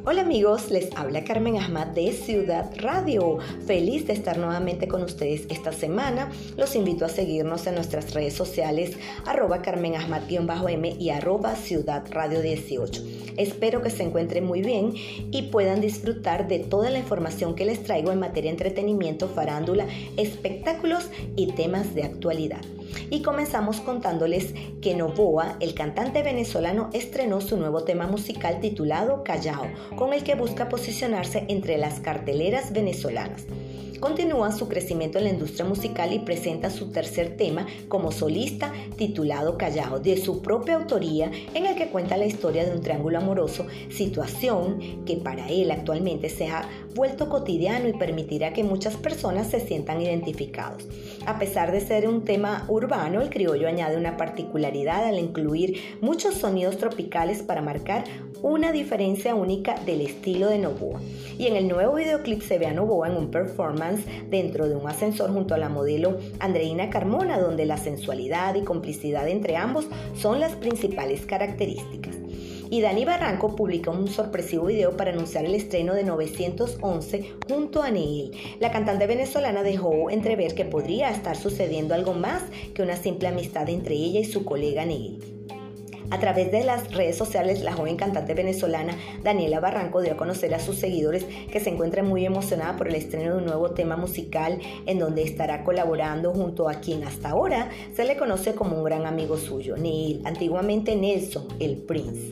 Hola amigos, les habla Carmen Ahmad de Ciudad Radio. Feliz de estar nuevamente con ustedes esta semana. Los invito a seguirnos en nuestras redes sociales @CarmenAhmad_M y @Ciudad Radio 18. Espero que se encuentren muy bien y puedan disfrutar de toda la información que les traigo en materia de entretenimiento, farándula, espectáculos y temas de actualidad. Y comenzamos contándoles que Novoa, el cantante venezolano, estrenó su nuevo tema musical titulado Callao, con el que busca posicionarse entre las carteleras venezolanas. Continúa su crecimiento en la industria musical y presenta su tercer tema como solista titulado Callao, de su propia autoría, en el que cuenta la historia de un triángulo amoroso, situación que para él actualmente se ha vuelto cotidiano y permitirá que muchas personas se sientan identificados. A pesar de ser un tema urbano, el criollo añade una particularidad al incluir muchos sonidos tropicales para marcar una diferencia única del estilo de Novoa. Y en el nuevo videoclip se ve a Novoa en un performance dentro de un ascensor junto a la modelo Andreina Carmona, donde la sensualidad y complicidad entre ambos son las principales características. Y Dani Barranco publicó un sorpresivo video para anunciar el estreno de 911 junto a Neil. La cantante venezolana dejó entrever que podría estar sucediendo algo más que una simple amistad entre ella y su colega Neil. A través de las redes sociales, la joven cantante venezolana Daniela Barranco dio a conocer a sus seguidores que se encuentra muy emocionada por el estreno de un nuevo tema musical en donde estará colaborando junto a quien hasta ahora se le conoce como un gran amigo suyo, Neil, antiguamente Nelson, el Prince.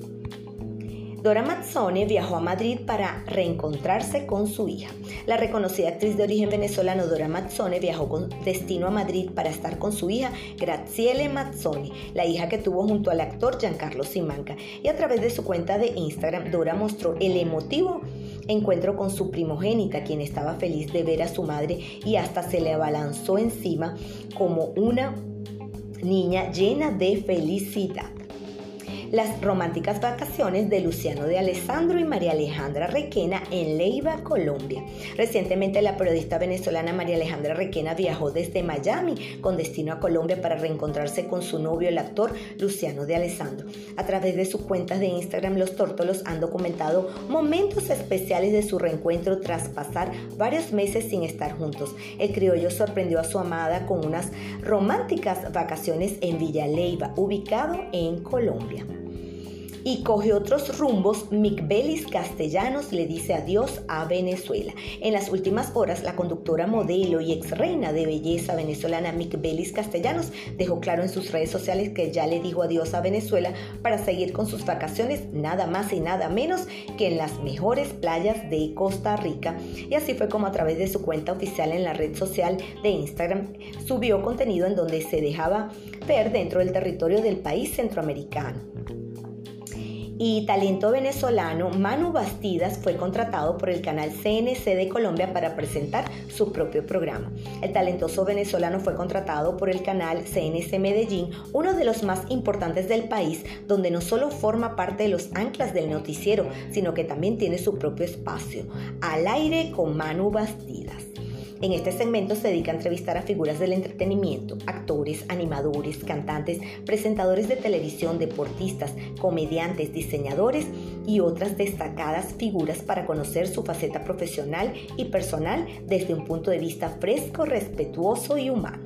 Dora Mazzone viajó a Madrid para reencontrarse con su hija. La reconocida actriz de origen venezolano Dora Mazzone viajó con destino a Madrid para estar con su hija Graziele Mazzone, la hija que tuvo junto al actor Giancarlo Simanca. Y a través de su cuenta de Instagram, Dora mostró el emotivo encuentro con su primogénita, quien estaba feliz de ver a su madre y hasta se le abalanzó encima como una niña llena de felicidad. Las románticas vacaciones de Luciano de Alessandro y María Alejandra Requena en Leiva, Colombia. Recientemente la periodista venezolana María Alejandra Requena viajó desde Miami con destino a Colombia para reencontrarse con su novio, el actor Luciano de Alessandro. A través de sus cuentas de Instagram, los tórtolos han documentado momentos especiales de su reencuentro tras pasar varios meses sin estar juntos. El criollo sorprendió a su amada con unas románticas vacaciones en Villa Leiva, ubicado en Colombia. Y coge otros rumbos, Micbelis Castellanos le dice adiós a Venezuela. En las últimas horas, la conductora, modelo y ex reina de belleza venezolana Micbelis Castellanos dejó claro en sus redes sociales que ya le dijo adiós a Venezuela para seguir con sus vacaciones nada más y nada menos que en las mejores playas de Costa Rica. Y así fue como a través de su cuenta oficial en la red social de Instagram subió contenido en donde se dejaba ver dentro del territorio del país centroamericano. Y talento venezolano Manu Bastidas fue contratado por el canal CNC de Colombia para presentar su propio programa. El talentoso venezolano fue contratado por el canal CNC Medellín, uno de los más importantes del país, donde no solo forma parte de los anclas del noticiero, sino que también tiene su propio espacio, Al Aire con Manu Bastidas. En este segmento se dedica a entrevistar a figuras del entretenimiento, actores, animadores, cantantes, presentadores de televisión, deportistas, comediantes, diseñadores y otras destacadas figuras para conocer su faceta profesional y personal desde un punto de vista fresco, respetuoso y humano.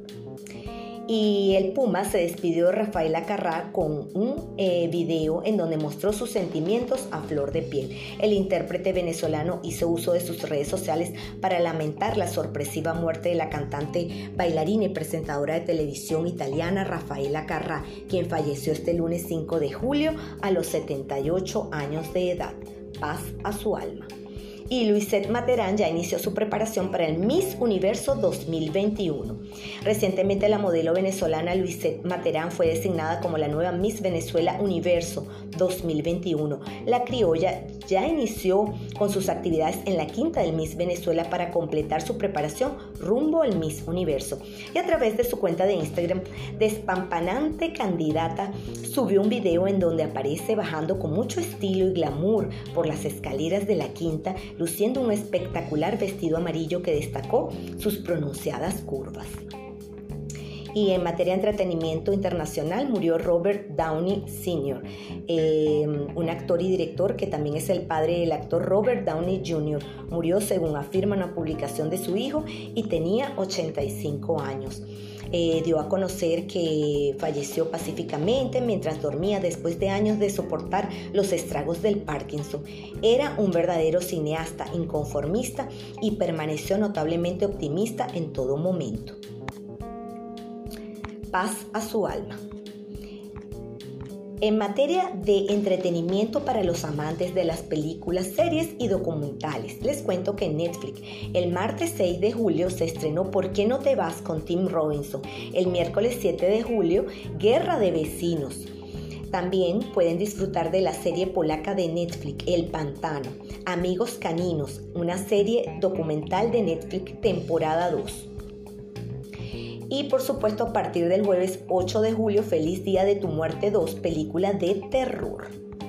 Y el Puma se despidió de Rafaela Carrá con un video en donde mostró sus sentimientos a flor de piel. El intérprete venezolano hizo uso de sus redes sociales para lamentar la sorpresiva muerte de la cantante, bailarina y presentadora de televisión italiana Rafaela Carrá, quien falleció este lunes 5 de julio a los 78 años de edad. Paz a su alma. Y Luisette Materán ya inició su preparación para el Miss Universo 2021. Recientemente la modelo venezolana Luisette Materán fue designada como la nueva Miss Venezuela Universo 2021. La criolla ya inició con sus actividades en la quinta del Miss Venezuela para completar su preparación rumbo al Miss Universo. Y a través de su cuenta de Instagram, despampanante candidata subió un video en donde aparece bajando con mucho estilo y glamour por las escaleras de la quinta, luciendo un espectacular vestido amarillo que destacó sus pronunciadas curvas. Y en materia de entretenimiento internacional murió Robert Downey Sr., un actor y director que también es el padre del actor Robert Downey Jr. Murió según afirma una publicación de su hijo y tenía 85 años. Dio a conocer que falleció pacíficamente mientras dormía después de años de soportar los estragos del Parkinson. Era un verdadero cineasta inconformista y permaneció notablemente optimista en todo momento. Paz a su alma. En materia de entretenimiento para los amantes de las películas, series y documentales, les cuento que en Netflix el martes 6 de julio se estrenó ¿Por qué no te vas? Con Tim Robinson. El miércoles 7 de julio, Guerra de Vecinos. También pueden disfrutar de la serie polaca de Netflix, El Pantano. Amigos Caninos, una serie documental de Netflix, temporada 2. Y por supuesto a partir del jueves 8 de julio, Feliz Día de tu Muerte 2, película de terror.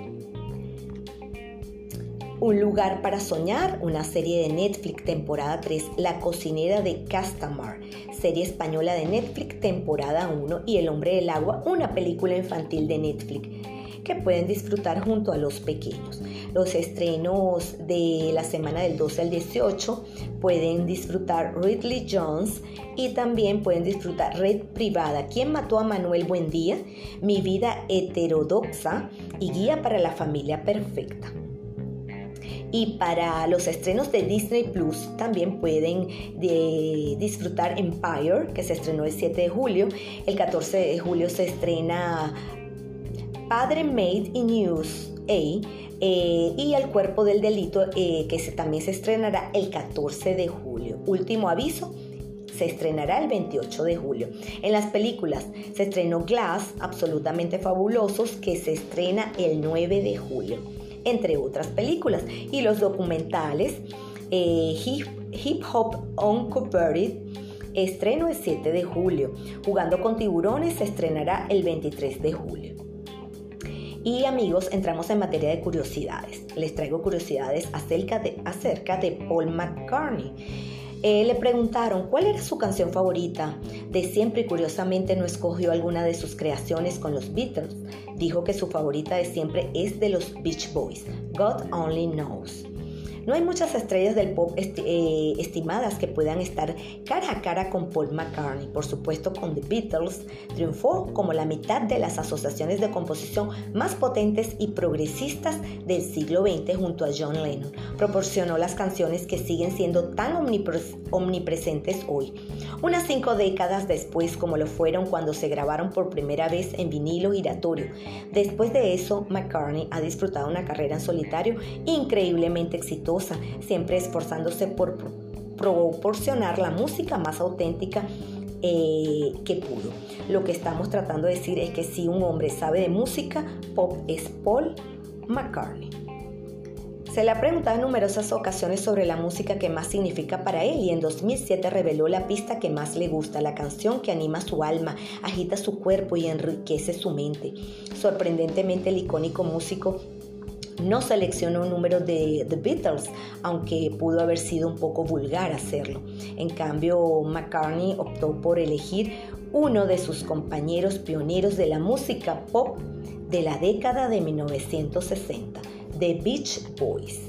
Un lugar para soñar, una serie de Netflix, temporada 3, La cocinera de Castamar, serie española de Netflix, temporada 1, y El hombre del agua, una película infantil de Netflix que pueden disfrutar junto a los pequeños. Los estrenos de la semana del 12 al 18 pueden disfrutar Ridley Jones y también pueden disfrutar Red Privada, ¿Quién mató a Manuel Buendía?, Mi vida heterodoxa y Guía para la familia perfecta. Y para los estrenos de Disney Plus también pueden disfrutar Empire, que se estrenó el 7 de julio. El 14 de julio se estrena Padre Made in USA y El cuerpo del delito, que también se estrenará el 14 de julio. Último aviso, se estrenará el 28 de julio. En las películas se estrenó Glass, absolutamente fabulosos, que se estrena el 9 de julio, entre otras películas. Y los documentales, Hip Hop Uncovered, estreno el 7 de julio. Jugando con tiburones se estrenará el 23 de julio. Y amigos, entramos en materia de curiosidades. Les traigo curiosidades acerca de Paul McCartney. Le preguntaron cuál era su canción favorita de siempre y curiosamente no escogió alguna de sus creaciones con los Beatles. Dijo que su favorita de siempre es de los Beach Boys, God Only Knows. No hay muchas estrellas del pop estimadas que puedan estar cara a cara con Paul McCartney. Por supuesto, con The Beatles triunfó como la mitad de las asociaciones de composición más potentes y progresistas del siglo XX junto a John Lennon. Proporcionó las canciones que siguen siendo tan omnipresentes hoy, unas 5 décadas después, como lo fueron cuando se grabaron por primera vez en vinilo giratorio. Después de eso, McCartney ha disfrutado una carrera en solitario increíblemente exitosa, siempre esforzándose por proporcionar la música más auténtica que pudo. Lo que estamos tratando de decir es que si un hombre sabe de música, pop es Paul McCartney. Se le ha preguntado en numerosas ocasiones sobre la música que más significa para él y en 2007 reveló la pista que más le gusta, la canción que anima su alma, agita su cuerpo y enriquece su mente. Sorprendentemente, el icónico músico no seleccionó un número de The Beatles, aunque pudo haber sido un poco vulgar hacerlo. En cambio, McCartney optó por elegir uno de sus compañeros pioneros de la música pop de la década de 1960, The Beach Boys.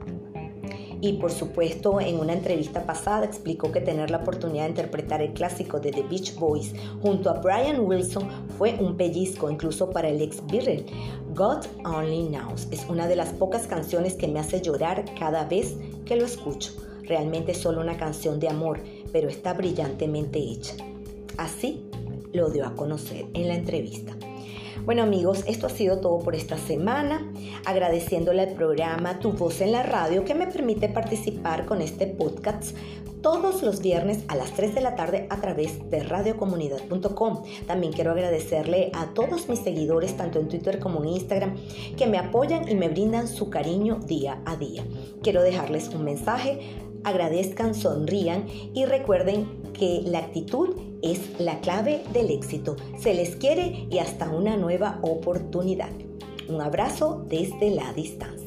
Y por supuesto, en una entrevista pasada explicó que tener la oportunidad de interpretar el clásico de The Beach Boys junto a Brian Wilson fue un pellizco, incluso para el ex Beatle. God Only Knows es una de las pocas canciones que me hace llorar cada vez que lo escucho. Realmente es solo una canción de amor, pero está brillantemente hecha. Así lo dio a conocer en la entrevista. Bueno amigos, esto ha sido todo por esta semana, agradeciéndole al programa Tu Voz en la Radio que me permite participar con este podcast todos los viernes a las 3 de la tarde a través de radiocomunidad.com. También quiero agradecerle a todos mis seguidores, tanto en Twitter como en Instagram, que me apoyan y me brindan su cariño día a día. Quiero dejarles un mensaje: agradezcan, sonrían y recuerden que la actitud es la clave del éxito. Se les quiere y hasta una nueva oportunidad. Un abrazo desde la distancia.